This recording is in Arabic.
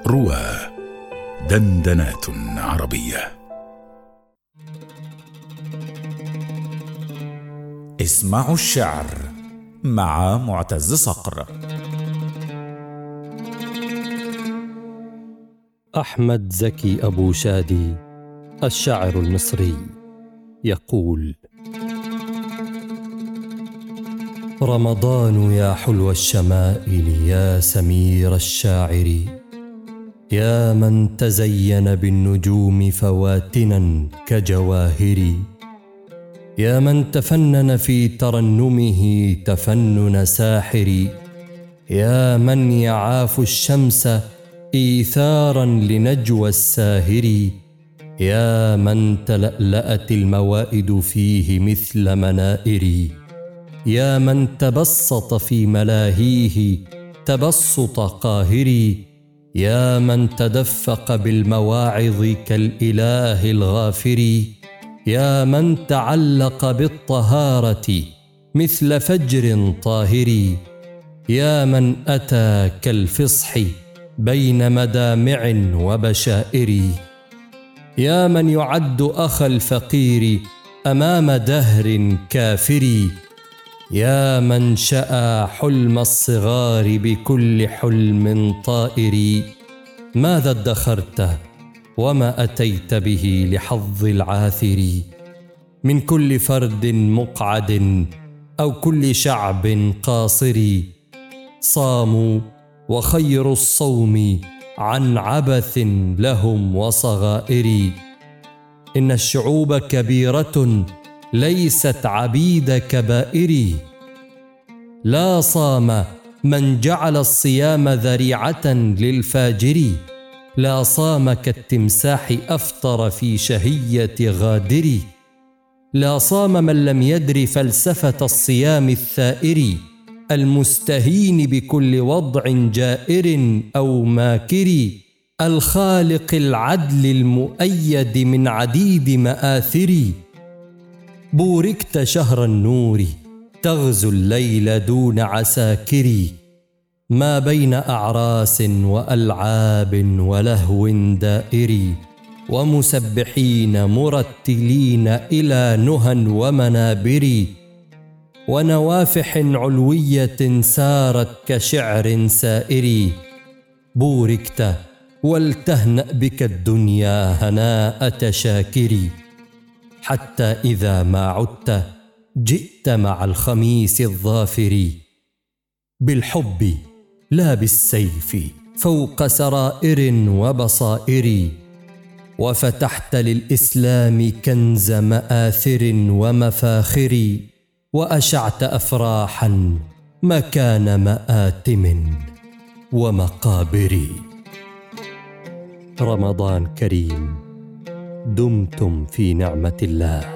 روى دندنات عربية. اسمعوا الشعر مع معتز صقر. أحمد زكي أبو شادي الشاعر المصري يقول: رمضان يا حلو الشمائل، يا سمير الشاعر، يا من تزين بالنجوم فواتنا كجواهر، يا من تفنن في ترنمه تفنن ساحر، يا من يعاف الشمس إيثارا لنجوى الساهر، يا من تلألأت الموائد فيه مثل منائر، يا من تبسط في ملاهيه تبسط قاهر، يا من تدفق بالمواعظ كالإله الغافر، يا من تعلق بالطهارة مثل فجر طاهر، يا من أتى كالفصح بين مدامع وبشائر، يا من يعد أخا الفقير أمام دهر كافر، يا من شأى حلم الصغار بكل حلم طائر، ماذا ادخرت وما أتيت به لحظ العاثر، من كل فرد مقعد أو كل شعب قاصر، صاموا وخير الصوم عن عبث لهم وصغائر، إن الشعوب كبيرة ليست عبيد كبائر، لا صام من جعل الصيام ذريعة للفاجر، لا صام كالتمساح أفطر في شهية غادر، لا صام من لم يدر فلسفة الصيام الثائر، المستهين بكل وضع جائر أو ماكر، الخالق العدل المؤيد من عديد مآثر، بوركت شهر النور تغزو الليل دون عساكر، ما بين أعراس وألعاب ولهو دائر، ومسبحين مرتلين إلى نهى ومنابر، ونوافح علوية سارت كشعر سائر، بوركت ولتهنأ بك الدنيا هناءة شاكر، حتى إذا ما عدت جئت مع الخميس الظافر، بالحب لا بالسيف فوق سرائر وبصائر، وفتحت للإسلام كنز مآثر ومفاخر، وأشعت أفراحا مكان مآتم ومقابر. رمضان كريم، دمتم في نعمة الله.